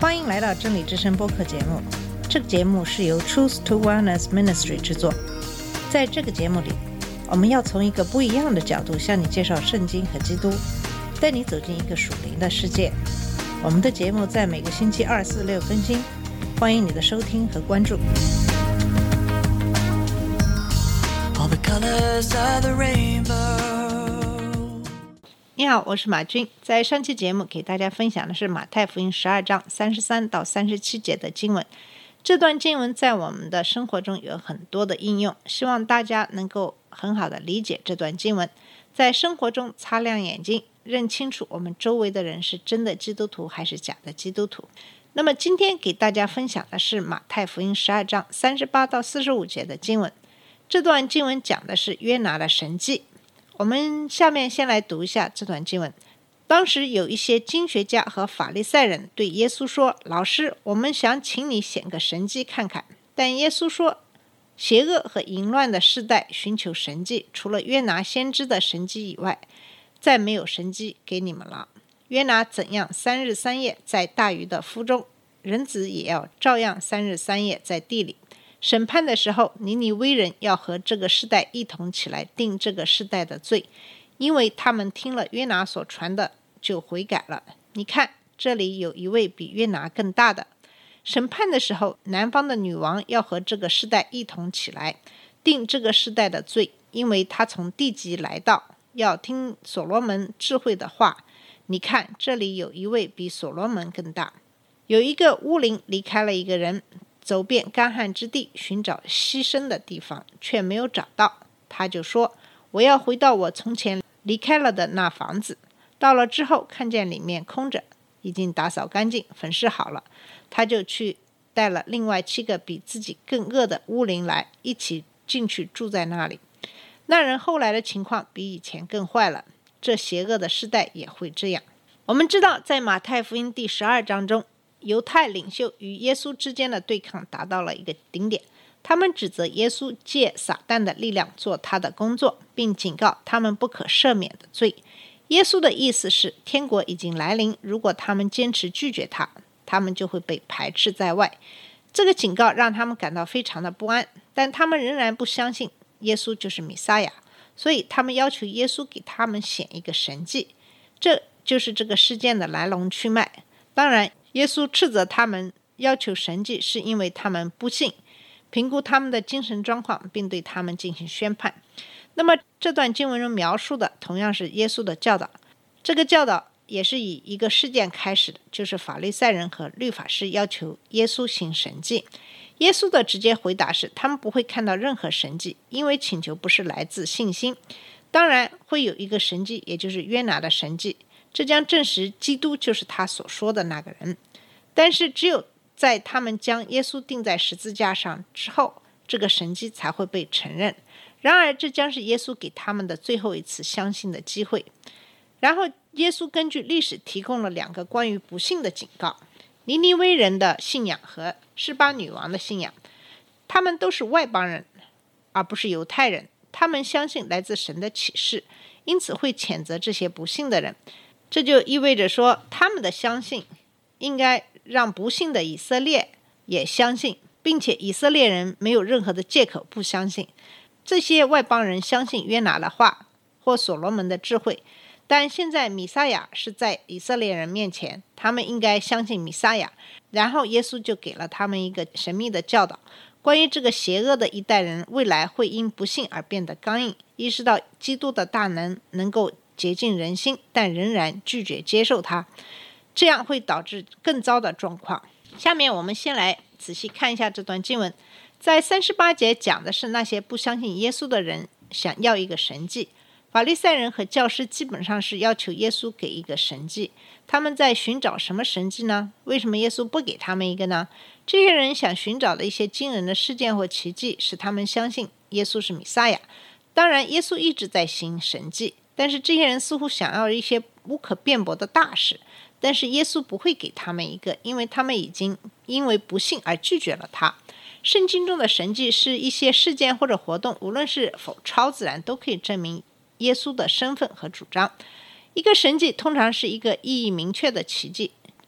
欢迎来到真理之声播客节目。这个节目是由 Truth to Wellness Ministry 制作。在这个节目里，我们要从一个不一样的角度向你介绍圣经和基督，带你走进一个属灵的世界。我们的节目在每个星期2、4、6更新，欢迎你的收听和关注。All the colors of the rainbow。你好，我是马军。在上期节目给大家分享的是马太福音12章33到37节的经文。这段经文在我们的生活中有很多的应用，希望大家能够很好的理解这段经文，在生活中擦亮眼睛，认清楚我们周围的人是真的基督徒还是假的基督徒。那么今天给大家分享的是马太福音12章38到45节的经文。这段经文讲的是约拿的神迹。我们下面先来读一下这段经文。当时有一些经学家和法利赛人对耶稣说，老师，我们想请你显个神迹看看。但耶稣说，邪恶和淫乱的世代寻求神迹，除了约拿先知的神迹以外，再没有神迹给你们了。约拿怎样3日3夜在大鱼的腹中，人子也要照样3日3夜在地里。审判的时候，尼尼微人要和这个世代一同起来定这个世代的罪，因为他们听了约拿所传的就悔改了。你看，这里有一位比约拿更大的。审判的时候，南方的女王要和这个世代一同起来定这个世代的罪，因为他从地极来到，要听所罗门智慧的话。你看，这里有一位比所罗门更大。有一个巫灵离开了一个人，走遍干旱之地，寻找栖身的地方，却没有找到。他就说，我要回到我从前离开了的那房子。到了之后，看见里面空着，已经打扫干净，粉饰好了。他就去带了另外7个比自己更恶的巫灵来，一起进去住在那里。那人后来的情况比以前更坏了。这邪恶的世代也会这样。我们知道，在马太福音第12章中，犹太领袖与耶稣之间的对抗达到了一个顶点。他们指责耶稣借撒旦的力量做他的工作，并警告他们不可赦免的罪。耶稣的意思是，天国已经来临，如果他们坚持拒绝他，他们就会被排斥在外。这个警告让他们感到非常的不安，但他们仍然不相信耶稣就是弥撒亚，所以他们要求耶稣给他们显一个神迹。这就是这个事件的来龙去脉。当然，耶稣斥责他们要求神迹，是因为他们不信，评估他们的精神状况，并对他们进行宣判。那么这段经文中描述的同样是耶稣的教导。这个教导也是以一个事件开始的，就是法利赛人和律法师要求耶稣行神迹。耶稣的直接回答是，他们不会看到任何神迹，因为请求不是来自信心。当然会有一个神迹，也就是约拿的神迹，这将证实基督就是他所说的那个人。但是只有在他们将耶稣钉在十字架上之后，这个神迹才会被承认。然而这将是耶稣给他们的最后一次相信的机会。然后耶稣根据历史提供了2个关于不幸的警告：尼尼微人的信仰和示巴女王的信仰。他们都是外邦人，而不是犹太人。他们相信来自神的启示，因此会谴责这些不信的人。这就意味着说，他们的相信应该让不信的以色列也相信，并且以色列人没有任何的借口不相信。这些外邦人相信约拿的话或所罗门的智慧，但现在弥撒亚是在以色列人面前，他们应该相信弥撒亚。然后耶稣就给了他们一个神秘的教导，关于这个邪恶的一代人未来会因不信而变得刚硬，意识到基督的大能够洁净人心，但仍然拒绝接受它，这样会导致更糟的状况。下面我们先来仔细看一下这段经文。在38节讲的是那些不相信耶稣的人想要一个神迹。法利赛人和教师基本上是要求耶稣给一个神迹。他们在寻找什么神迹呢？为什么耶稣不给他们一个呢？这些人想寻找的一些惊人的事件或奇迹，使他们相信耶稣是弥撒亚。当然耶稣一直在行神迹，但是这些人似乎想要一些无可辩驳的大事，但是耶稣不会给他们一个，因为他们已经因为不信而拒绝了他。圣经中的神迹是一些事件或者活动，无论是否超自然，都可以证明耶稣的身份和主张。一个神迹通常是一个意义明确的奇迹，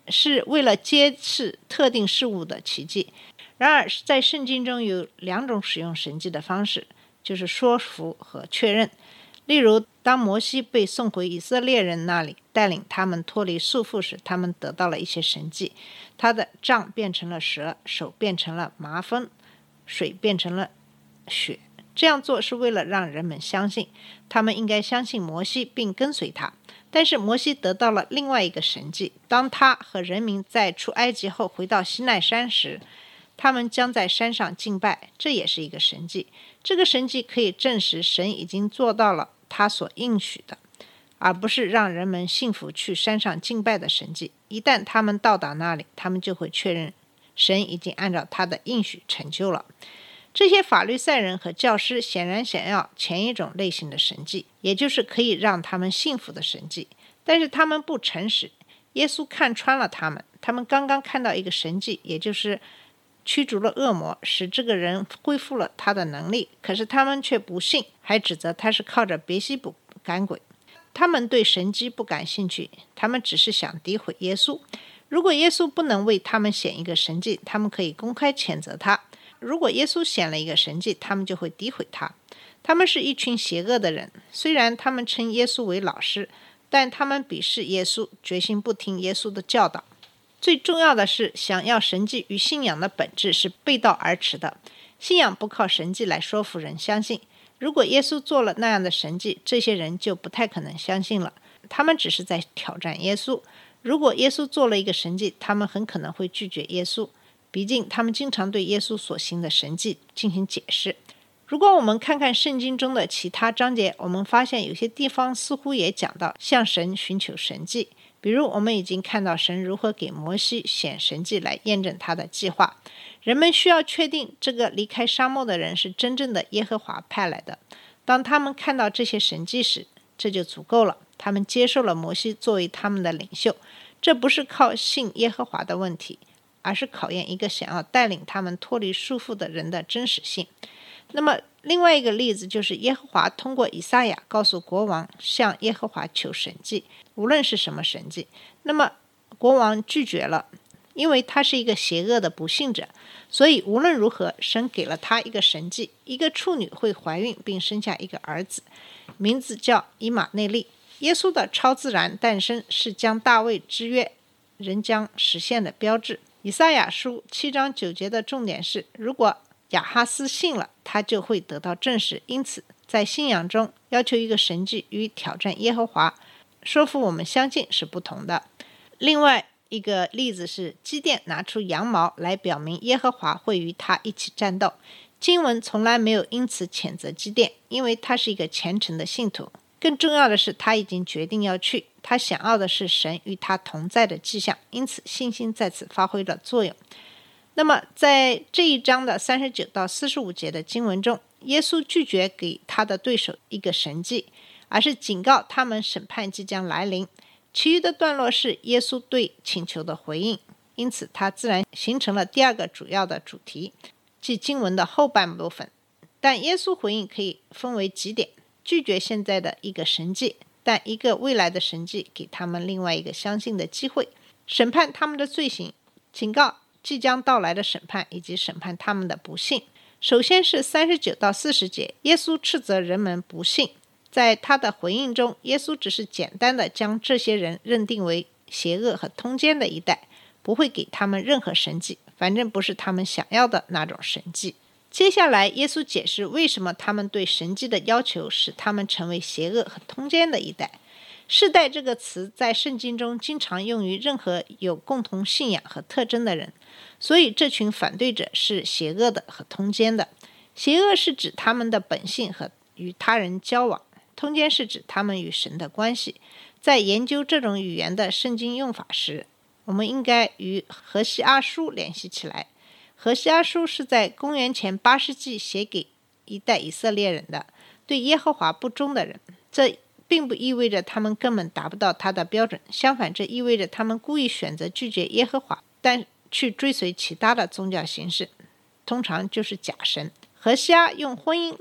是为了揭示特定事物的奇迹。然而在圣经中有2种使用神迹的方式，就是说服和确认。例如当摩西被送回以色列人那里，带领他们脱离束缚时，他们得到了一些神迹，他的杖变成了蛇，手变成了麻风，水变成了血。这样做是为了让人们相信，他们应该相信摩西并跟随他。但是摩西得到了另外一个神迹，当他和人民在出埃及后回到西奈山时，他们将在山上敬拜，这也是一个神迹。这个神迹可以证实神已经做到了他所应许的，而不是让人们信服去山上敬拜的神迹。一旦他们到达那里，他们就会确认神已经按照他的应许成就了。这些法律赛人和教师显然想要前一种类型的神迹，也就是可以让他们信服的神迹，但是他们不诚实。耶稣看穿了他们，他们刚刚看到一个神迹，也就是驱逐了恶魔，使这个人恢复了他的能力，可是他们却不信，还指责他是靠着别西卜赶鬼。他们对神迹不感兴趣，他们只是想诋毁耶稣。如果耶稣不能为他们显一个神迹，他们可以公开谴责他；如果耶稣显了一个神迹，他们就会诋毁他。他们是一群邪恶的人，虽然他们称耶稣为老师，但他们鄙视耶稣，决心不听耶稣的教导。最重要的是，想要神迹与信仰的本质是背道而驰的。信仰不靠神迹来说服人相信。如果耶稣做了那样的神迹，这些人就不太可能相信了。他们只是在挑战耶稣。如果耶稣做了一个神迹，他们很可能会拒绝耶稣，毕竟他们经常对耶稣所行的神迹进行解释。如果我们看看圣经中的其他章节，我们发现有些地方似乎也讲到向神寻求神迹。比如我们已经看到神如何给摩西显神迹来验证他的计划。人们需要确定这个离开沙漠的人是真正的耶和华派来的。当他们看到这些神迹时，这就足够了。他们接受了摩西作为他们的领袖。这不是靠信耶和华的问题，而是考验一个想要带领他们脱离束缚的人的真实性。那么另外一个例子就是耶和华通过以赛亚告诉国王向耶和华求神迹，无论是什么神迹。那么国王拒绝了，因为他是一个邪恶的不信者，所以无论如何神给了他一个神迹，一个处女会怀孕并生下一个儿子，名字叫以马内利。耶稣的超自然诞生是将大卫之约仍将实现的标志。以赛亚书7章9节的重点是，如果亚哈斯信了，他就会得到证实。因此在信仰中要求一个神迹与挑战耶和华说服我们相信是不同的。另外一个例子是基甸拿出羊毛来表明耶和华会与他一起战斗。经文从来没有因此谴责基甸，因为他是一个虔诚的信徒。更重要的是他已经决定要去，他想要的是神与他同在的迹象，因此信心在此发挥了作用。那么在这一章的39到45节的经文中，耶稣拒绝给他的对手一个神迹，而是警告他们审判即将来临。其余的段落是耶稣对请求的回应，因此它自然形成了第二个主要的主题，即经文的后半部分。但耶稣回应可以分为几点：拒绝现在的一个神迹，但一个未来的神迹给他们另外一个相信的机会；审判他们的罪行，警告即将到来的审判，以及审判他们的不信。首先是39到40节，耶稣斥责人们不信。在他的回应中，耶稣只是简单的将这些人认定为邪恶和通奸的一代，不会给他们任何神迹，反正不是他们想要的那种神迹。接下来耶稣解释为什么他们对神迹的要求使他们成为邪恶和通奸的一代。世代这个词在圣经中经常用于任何有共同信仰和特征的人，所以这群反对者是邪恶的和通奸的。邪恶是指他们的本性和与他人交往，通奸是指他们与神的关系。在研究这种语言的圣经用法时，我们应该与何西阿书联系起来。何西阿书是在公元前8世纪写给一代以色列人的，对耶和华不忠的人。这并不意味着他们根本达不到他的标准，相反，这意味着他们故意选择拒绝耶和华，但去追随其他的宗教形式，通常就是假神。何西阿用婚姻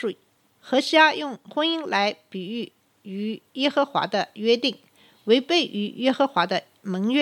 来比喻与耶和华的约定，违背与耶和华的盟约，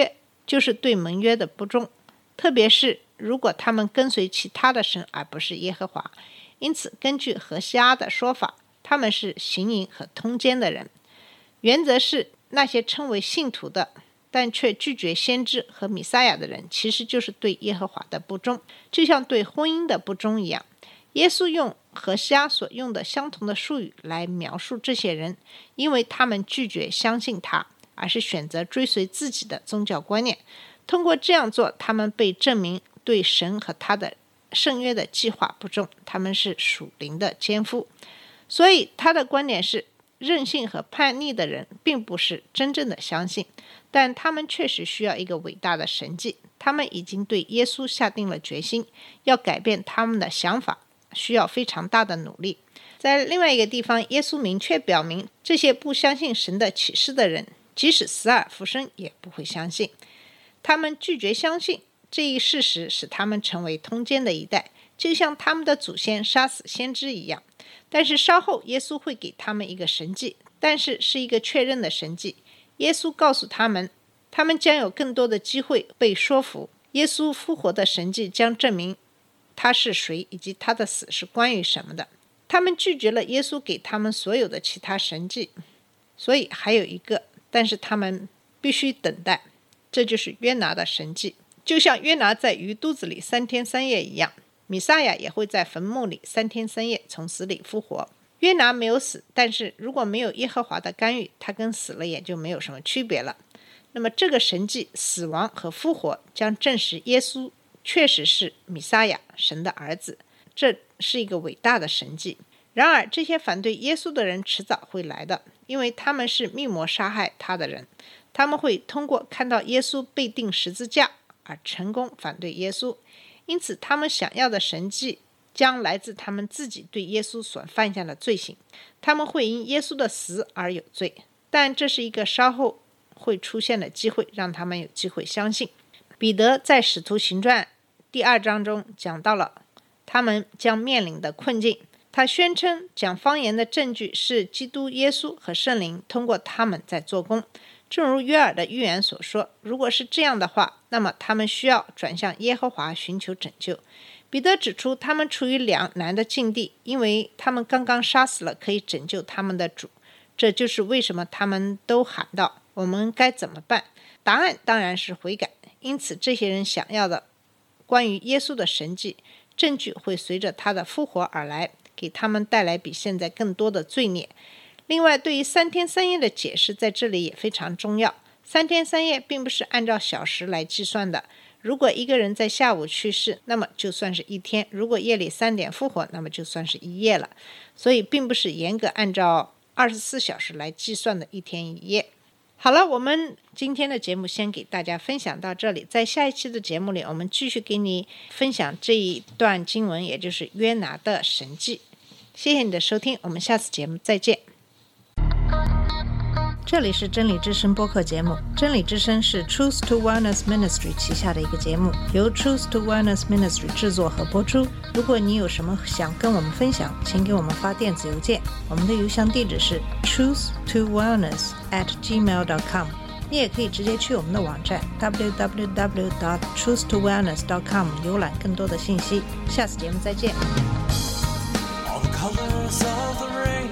就是对盟约的不忠，特别是如果他们跟随其他的神而不是耶和华。因此根据何西阿的说法，他们是行淫和通奸的人。原则是那些称为信徒的但却拒绝先知和弥赛亚的人，其实就是对耶和华的不忠，就像对婚姻的不忠一样。耶稣用何西阿所用的相同的术语来描述这些人，因为他们拒绝相信他，而是选择追随自己的宗教观念。通过这样做，他们被证明对神和他的圣约的计划不忠，他们是属灵的奸夫。所以他的观点是，任性和叛逆的人并不是真正的相信，但他们确实需要一个伟大的神迹。他们已经对耶稣下定了决心，要改变他们的想法需要非常大的努力。在另外一个地方，耶稣明确表明，这些不相信神的启示的人，即使死而复生也不会相信。他们拒绝相信这一事实，使他们成为通奸的一代，就像他们的祖先杀死先知一样。但是稍后耶稣会给他们一个神迹，但是是一个确认的神迹。耶稣告诉他们，他们将有更多的机会被说服。耶稣复活的神迹将证明他是谁，以及他的死是关于什么的。他们拒绝了耶稣给他们所有的其他神迹，所以还有一个，但是他们必须等待，这就是约拿的神迹。就像约拿在鱼肚子里3天3夜一样，弥赛亚也会在坟墓里3天3夜从死里复活。约拿没有死，但是如果没有耶和华的干预，他跟死了也就没有什么区别了。那么这个神迹，死亡和复活，将证实耶稣确实是弥赛亚，神的儿子。这是一个伟大的神迹。然而这些反对耶稣的人迟早会来的，因为他们是密谋杀害他的人。他们会通过看到耶稣被钉十字架而成功反对耶稣，因此他们想要的神迹将来自他们自己对耶稣所犯下的罪行。他们会因耶稣的死而有罪，但这是一个稍后会出现的机会，让他们有机会相信。彼得在使徒行传第2章中讲到了他们将面临的困境。他宣称讲方言的证据是基督耶稣和圣灵通过他们在做工。正如约珥的预言所说，如果是这样的话，那么他们需要转向耶和华寻求拯救。彼得指出他们处于两难的境地，因为他们刚刚杀死了可以拯救他们的主。这就是为什么他们都喊道，我们该怎么办？答案当然是悔改。因此这些人想要的关于耶稣的神迹证据会随着他的复活而来，给他们带来比现在更多的罪孽。另外，对于3天3夜的解释在这里也非常重要。3天3夜并不是按照小时来计算的。如果一个人在下午去世，那么就算是1天；如果夜里3点复活，那么就算是1夜了。所以并不是严格按照24小时来计算的1天1夜。好了，我们今天的节目先给大家分享到这里。在下一期的节目里，我们继续给你分享这一段经文，也就是约拿的神迹。谢谢你的收听，我们下次节目再见。这里是真理之声播客节目。真理之声是 Truth to Wellness Ministry 旗下的一个节目，由 Truth to Wellness Ministry 制作和播出。如果你有什么想跟我们分享，请给我们发电子邮件，我们的邮箱地址是 truthtowellness@gmail.com。 你也可以直接去我们的网站 www.truthtowellness.com 浏览更多的信息。下次节目再见。All the colors of the rainbow